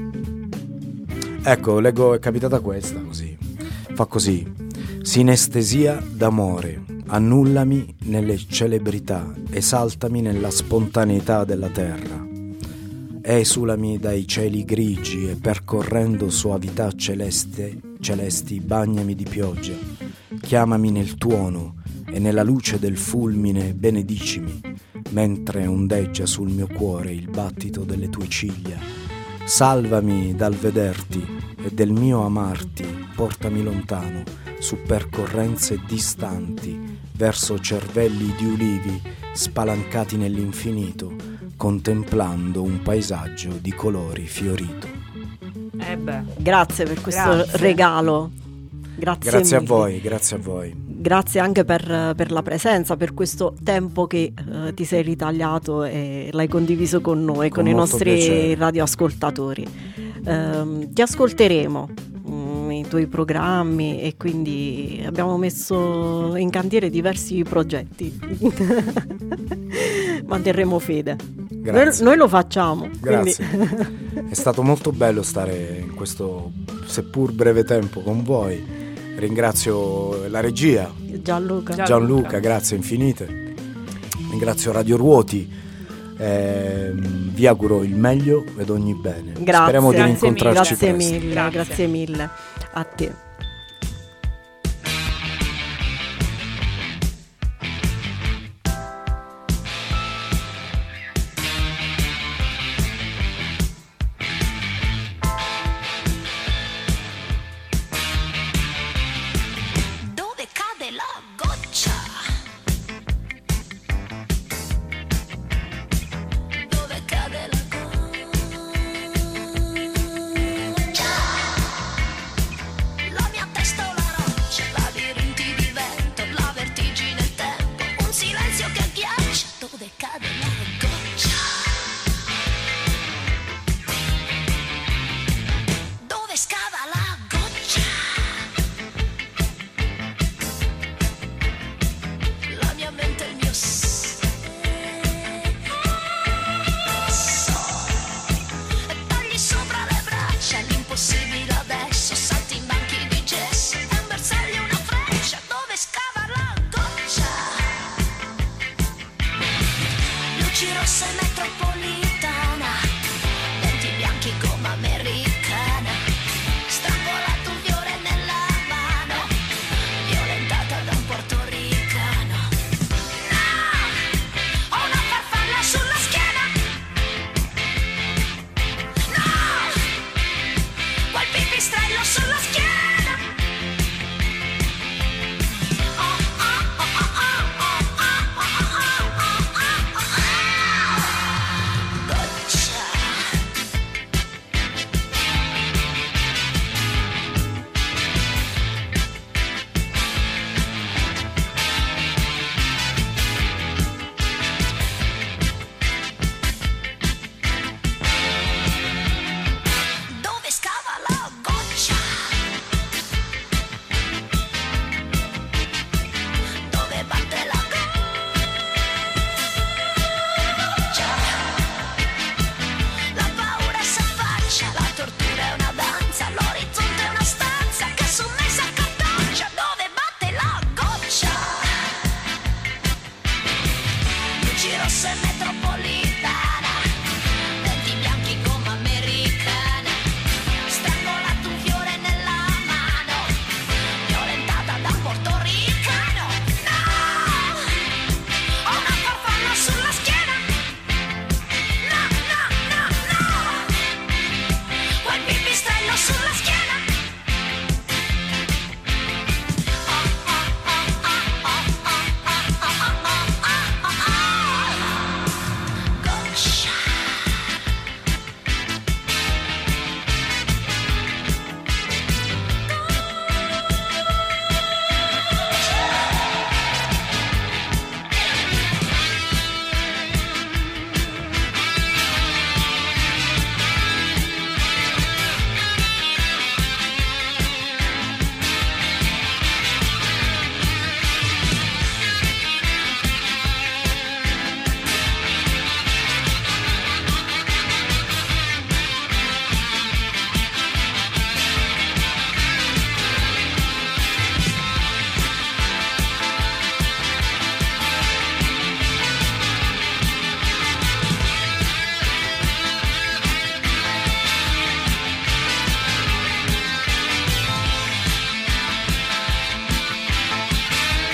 Ecco, leggo, è capitata questa, così. Fa così. Sinestesia d'amore, annullami nelle celebrità, esaltami nella spontaneità della terra. Esulami dai cieli grigi e percorrendo soavità celesti bagnami di pioggia. Chiamami nel tuono e nella luce del fulmine benedicimi, mentre ondeggia sul mio cuore il battito delle tue ciglia. Salvami dal vederti e del mio amarti, portami lontano su percorrenze distanti, verso cervelli di ulivi spalancati nell'infinito, contemplando un paesaggio di colori fiorito. Grazie per questo regalo. Grazie a voi. Grazie anche per la presenza, per questo tempo che ti sei ritagliato e l'hai condiviso con noi, con i nostri piacere. Radioascoltatori. Ti ascolteremo, i tuoi programmi, e quindi abbiamo messo in cantiere diversi progetti. Manterremo fede. Noi lo facciamo. Grazie. È stato molto bello stare in questo seppur breve tempo con voi. Ringrazio la regia Gianluca, grazie infinite. Ringrazio Radio Ruoti, vi auguro il meglio ed ogni bene. Grazie, speriamo di rincontrarci presto. Grazie mille a te.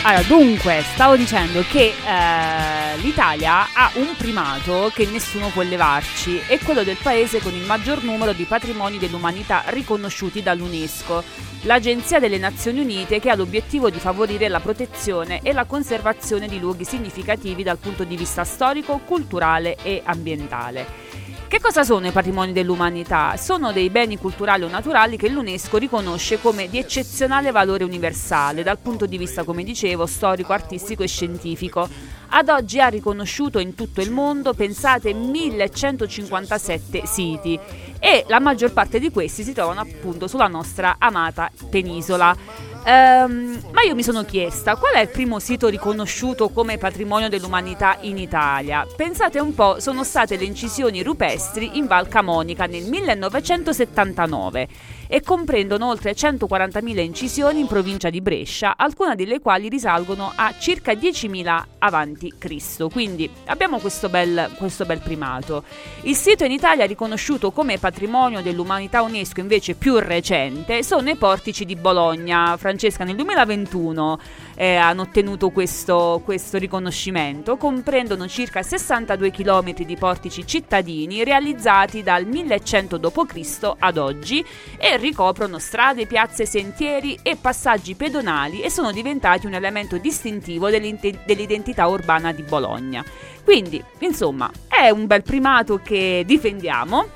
Allora, dunque, stavo dicendo che l'Italia ha un primato che nessuno può levarci, è quello del paese con il maggior numero di patrimoni dell'umanità riconosciuti dall'UNESCO, l'Agenzia delle Nazioni Unite che ha l'obiettivo di favorire la protezione e la conservazione di luoghi significativi dal punto di vista storico, culturale e ambientale. Che cosa sono i patrimoni dell'umanità? Sono dei beni culturali o naturali che l'UNESCO riconosce come di eccezionale valore universale dal punto di vista, come dicevo, storico, artistico e scientifico. Ad oggi ha riconosciuto in tutto il mondo, pensate, 1157 siti e la maggior parte di questi si trovano appunto sulla nostra amata penisola. Ma io mi sono chiesta qual è il primo sito riconosciuto come patrimonio dell'umanità in Italia. Pensate un po', sono state le incisioni rupestri in Val Camonica nel 1979 e comprendono oltre 140.000 incisioni in provincia di Brescia, alcune delle quali risalgono a circa 10.000 avanti Cristo. Quindi abbiamo questo bel primato. Il sito in Italia riconosciuto come patrimonio dell'umanità UNESCO invece più recente sono i portici di Bologna. Francesca, nel 2021 hanno ottenuto questo riconoscimento. Comprendono circa 62 km di portici cittadini realizzati dal 1100 d.C. ad oggi e ricoprono strade, piazze, sentieri e passaggi pedonali e sono diventati un elemento distintivo dell'identità urbana di Bologna. Quindi, insomma, è un bel primato che difendiamo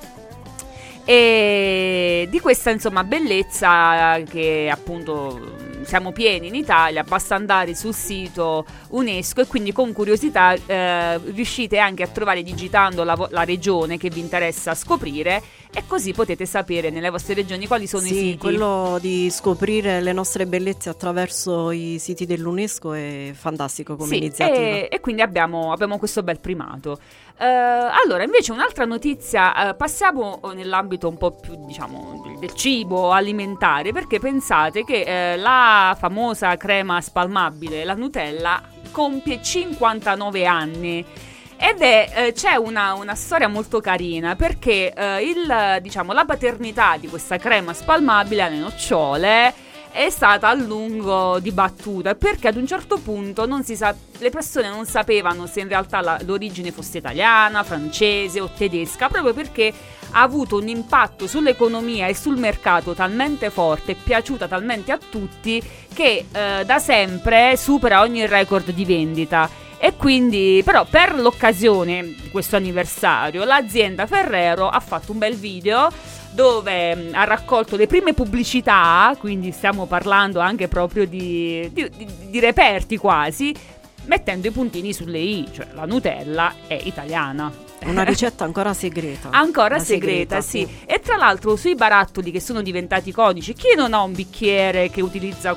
e di questa, insomma, bellezza che appunto siamo pieni in Italia. Basta andare sul sito UNESCO e quindi con curiosità riuscite anche a trovare, digitando la regione che vi interessa scoprire, e così potete sapere nelle vostre regioni quali sono i siti. Quello di scoprire le nostre bellezze attraverso i siti dell'UNESCO è fantastico come iniziativa. E quindi abbiamo questo bel primato. Allora, invece un'altra notizia, passiamo nell'ambito un po' più, diciamo, del cibo alimentare, perché pensate che la famosa crema spalmabile, la Nutella, compie 59 anni. Ed c'è una storia molto carina, perché la paternità di questa crema spalmabile alle nocciole è stata a lungo dibattuta, perché ad un certo punto le persone non sapevano se in realtà l'origine fosse italiana, francese o tedesca, proprio perché ha avuto un impatto sull'economia e sul mercato talmente forte, è piaciuta talmente a tutti, che da sempre supera ogni record di vendita. E quindi, però, per l'occasione di questo anniversario, l'azienda Ferrero ha fatto un bel video dove ha raccolto le prime pubblicità, quindi stiamo parlando anche proprio di reperti quasi, mettendo i puntini sulle i, cioè la Nutella è italiana. Una ricetta ancora segreta. Ancora segreta, sì. E tra l'altro sui barattoli che sono diventati iconici, chi non ha un bicchiere che utilizza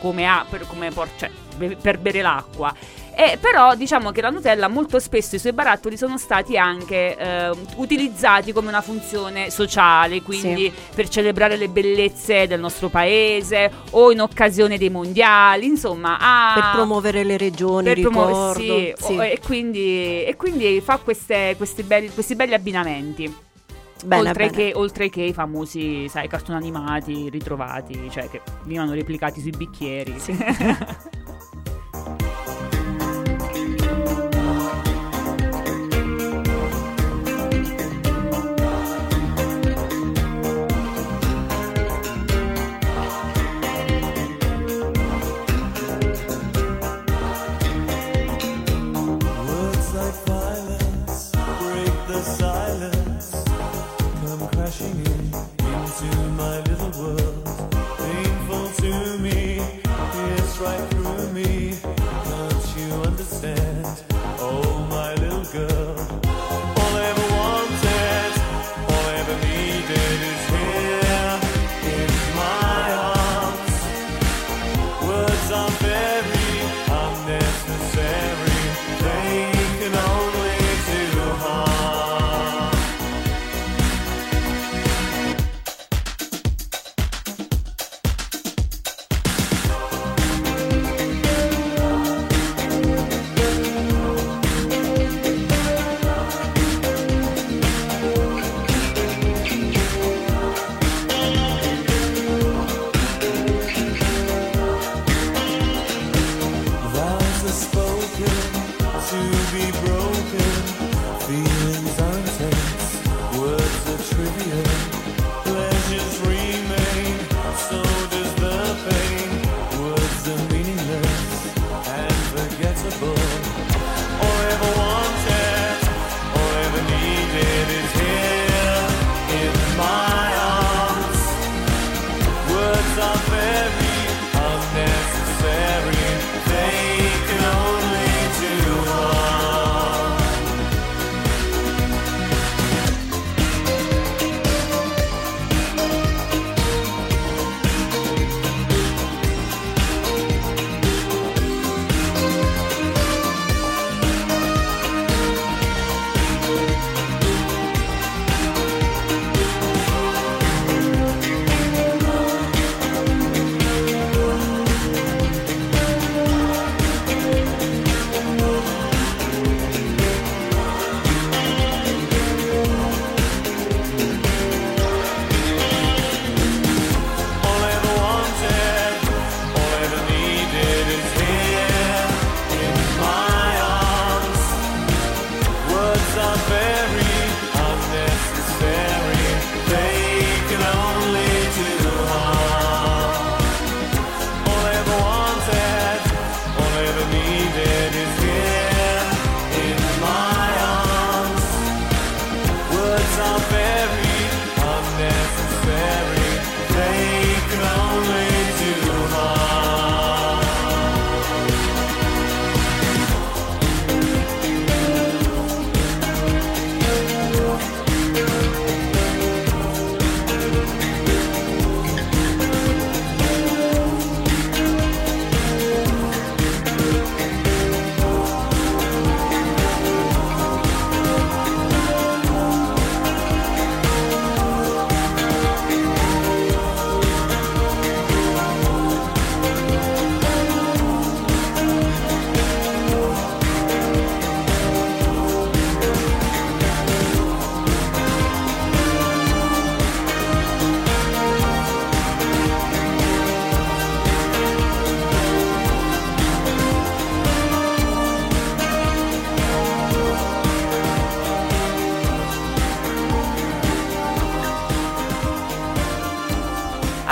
per bere l'acqua? Però diciamo che la Nutella molto spesso i suoi barattoli sono stati anche utilizzati come una funzione sociale, quindi per celebrare le bellezze del nostro paese o in occasione dei mondiali, insomma per promuovere le regioni, ricordo. E quindi fa questi belli abbinamenti. Oltre che i famosi, sai, cartoni animati ritrovati, cioè che venivano replicati sui bicchieri. Sì. Into my little world, painful to me, it's right through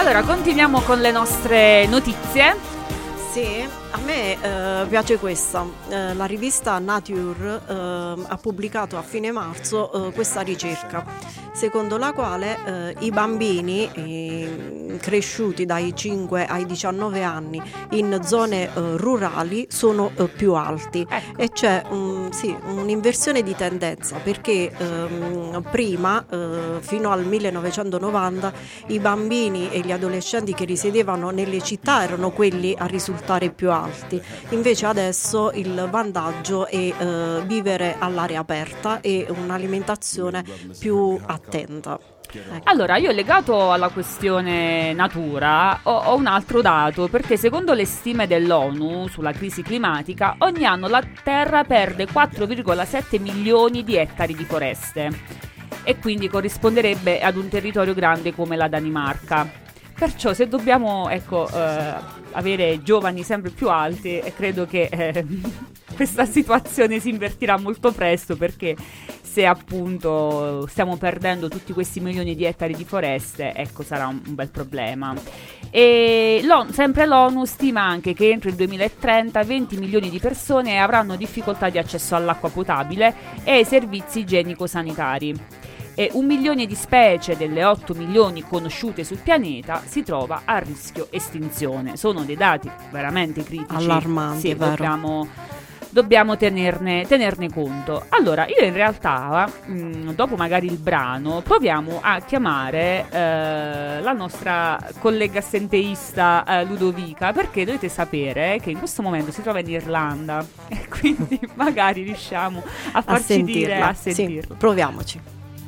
Allora, continuiamo con le nostre notizie. Sì, a me piace questa. La rivista Nature ha pubblicato a fine marzo questa ricerca, secondo la quale i bambini cresciuti dai 5 ai 19 anni in zone rurali sono più alti. Ecco. E c'è un'inversione di tendenza, perché prima, fino al 1990, i bambini e gli adolescenti che risiedevano nelle città erano quelli a risultare più alti. Invece adesso il vantaggio è vivere all'aria aperta e un'alimentazione più attenta. Ecco. Allora, io legato alla questione natura ho un altro dato, perché secondo le stime dell'ONU sulla crisi climatica, ogni anno la Terra perde 4,7 milioni di ettari di foreste e quindi corrisponderebbe ad un territorio grande come la Danimarca. Perciò se dobbiamo avere giovani sempre più alti, credo che questa situazione si invertirà molto presto, perché se appunto stiamo perdendo tutti questi milioni di ettari di foreste, ecco, sarà un bel problema. E sempre l'ONU stima anche che entro il 2030 20 milioni di persone avranno difficoltà di accesso all'acqua potabile e ai servizi igienico-sanitari. E 1 milione di specie delle 8 milioni conosciute sul pianeta si trova a rischio estinzione. Sono dei dati veramente critici. Allarmanti, sì, vero? Dobbiamo tenerne conto. Allora, io in realtà, dopo magari il brano, proviamo a chiamare la nostra collega assenteista Ludovica, perché dovete sapere che in questo momento si trova in Irlanda e quindi magari riusciamo a farci dire a sentirla. Sì, proviamoci.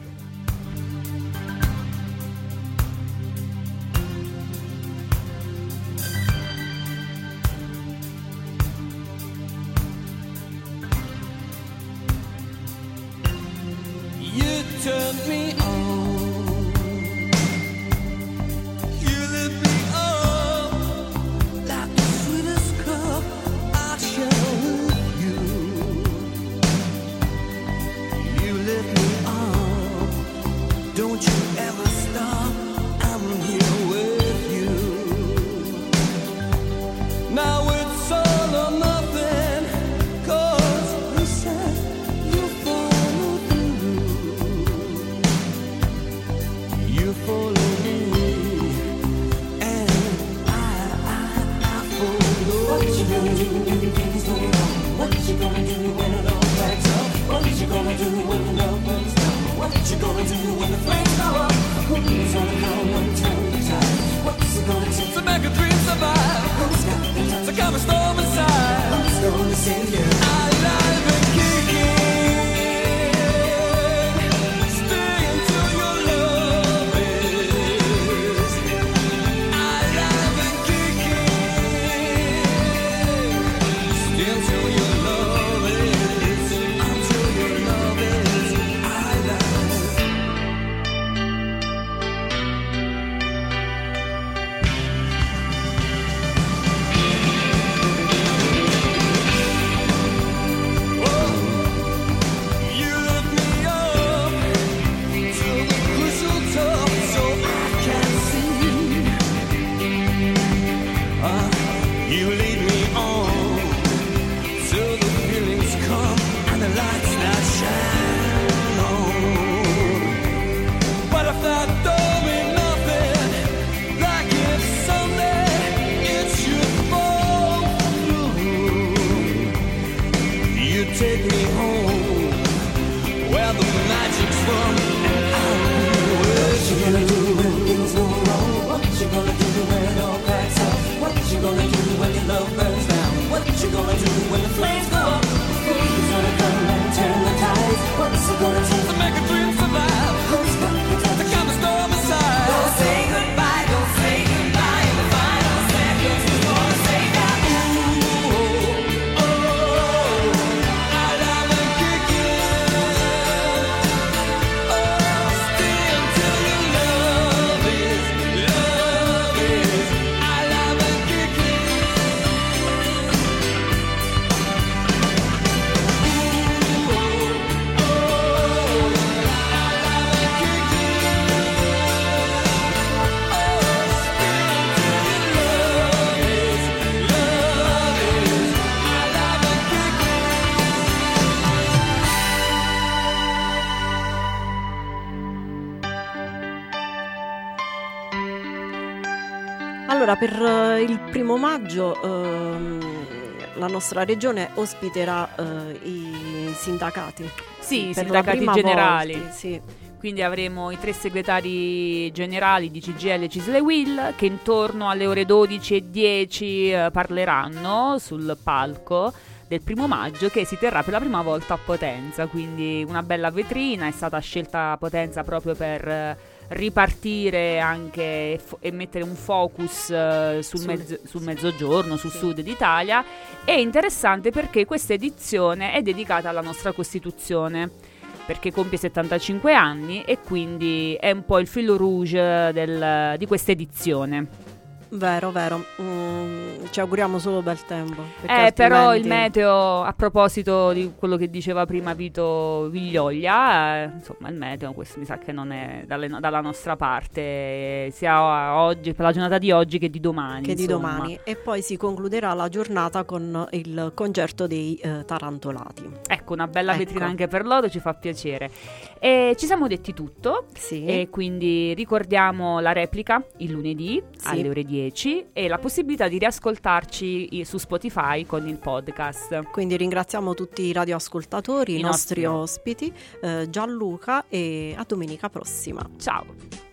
Turn me on, you lit me up like the sweetest cup I share with you. You lit me up, don't you ever stop, I'm here with you. Now it's all or nothing, 'cause you said you follow through. You follow me, and I follow. What you gonna do when things go wrong? What you gonna do when it all backs up? What you gonna do when the love burns down? What you gonna do when the flames go up? Who's gonna come and turn the tide? What's it gonna take to make a dream survive? Who's got the time to calm a storm inside? Who's gonna save you? Alive and kicking. Take me home where the magic's from, and I'll be what you gonna do when things go wrong? What you gonna do when it all cracks up? What you gonna do when your love burns down? What you gonna do when the flames go up? Who's gonna come and turn the tides? What's it gonna take to make a dream survive? Who's got the time to calm the storm aside? Don't say goodbye, don't say goodbye. In the final seconds, who's gonna say that? Allora, per il 1° maggio la nostra regione ospiterà i sindacati. Sì, i sindacati generali. Volta, sì. Quindi avremo i 3 segretari generali di CGIL, CISL e UIL che intorno alle ore 12:10 parleranno sul palco del 1° maggio, che si terrà per la prima volta a Potenza. Quindi una bella vetrina, è stata scelta Potenza proprio per ripartire anche e mettere un focus sul mezzogiorno, sul sud d'Italia. È interessante perché questa edizione è dedicata alla nostra Costituzione, perché compie 75 anni e quindi è un po' il filo rouge di questa edizione. Vero. Ci auguriamo solo bel tempo. Però il meteo, a proposito di quello che diceva prima Vito Viglioglia, insomma il meteo questo mi sa che non è dalla nostra parte, sia oggi, per la giornata di oggi che di domani. E poi si concluderà la giornata con il concerto dei Tarantolati. Ecco, una bella vetrina anche per loro, ci fa piacere. E ci siamo detti tutto, sì. E quindi ricordiamo la replica il lunedì alle ore 10 e la possibilità di riascoltarci su Spotify con il podcast. Quindi ringraziamo tutti i radioascoltatori, i nostri ospiti, Gianluca, e a domenica prossima. Ciao.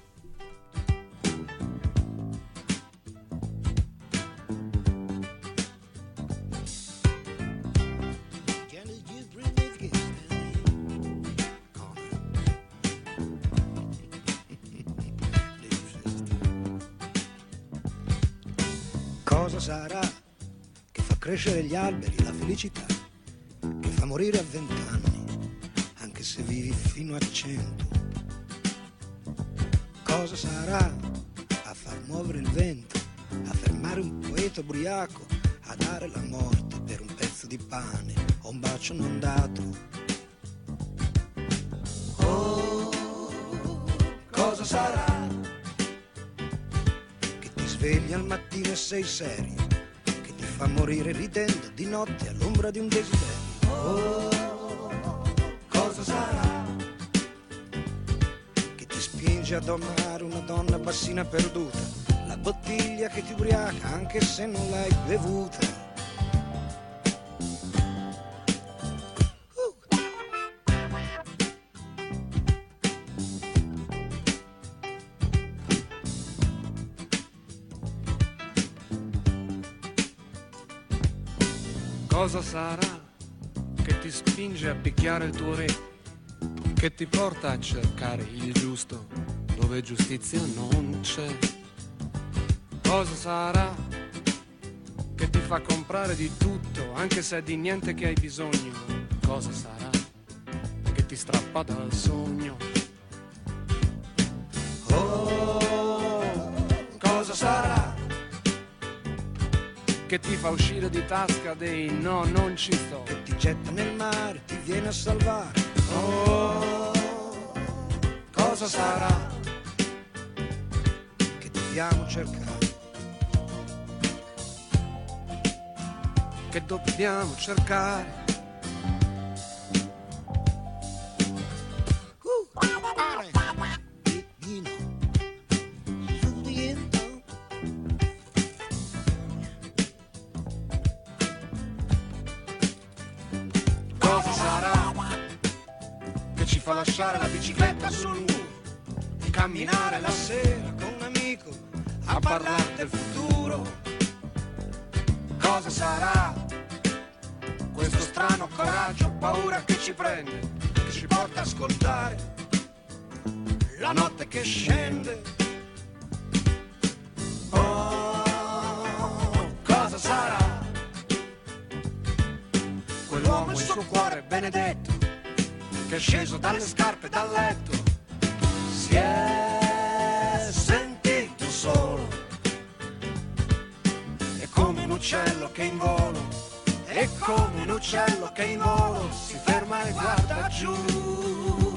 Cosa sarà che fa crescere gli alberi, la felicità, che fa morire a 20 anni, anche se vivi fino a 100? Cosa sarà a far muovere il vento, a fermare un poeta ubriaco, a dare la morte per un pezzo di pane o un bacio non dato? Oh, cosa sarà che ti svegli al mattino e sei serio, che ti fa morire ridendo di notte all'ombra di un desiderio? Oh, cosa sarà che ti spinge ad amare una donna bassina perduta, la bottiglia che ti ubriaca anche se non l'hai bevuta? Cosa sarà che ti spinge a picchiare il tuo re, che ti porta a cercare il giusto dove giustizia non c'è? Cosa sarà che ti fa comprare di tutto anche se è di niente che hai bisogno? Cosa sarà che ti strappa dal sogno? Oh, cosa sarà che ti fa uscire di tasca dei no, non ci sto, che ti getta nel mare, ti viene a salvare? Oh, cosa sarà che dobbiamo cercare, che dobbiamo cercare? fa lasciare la bicicletta sul muro e camminare la sera con un amico a parlare del futuro? Cosa sarà questo strano coraggio, paura che ci prende, che ci porta a ascoltare la notte che scende? Oh, cosa sarà quell'uomo e il suo cuore benedetto che è sceso dalle scarpe dal letto, si è sentito solo, è come un uccello che in volo, è come un uccello che in volo si ferma e guarda giù.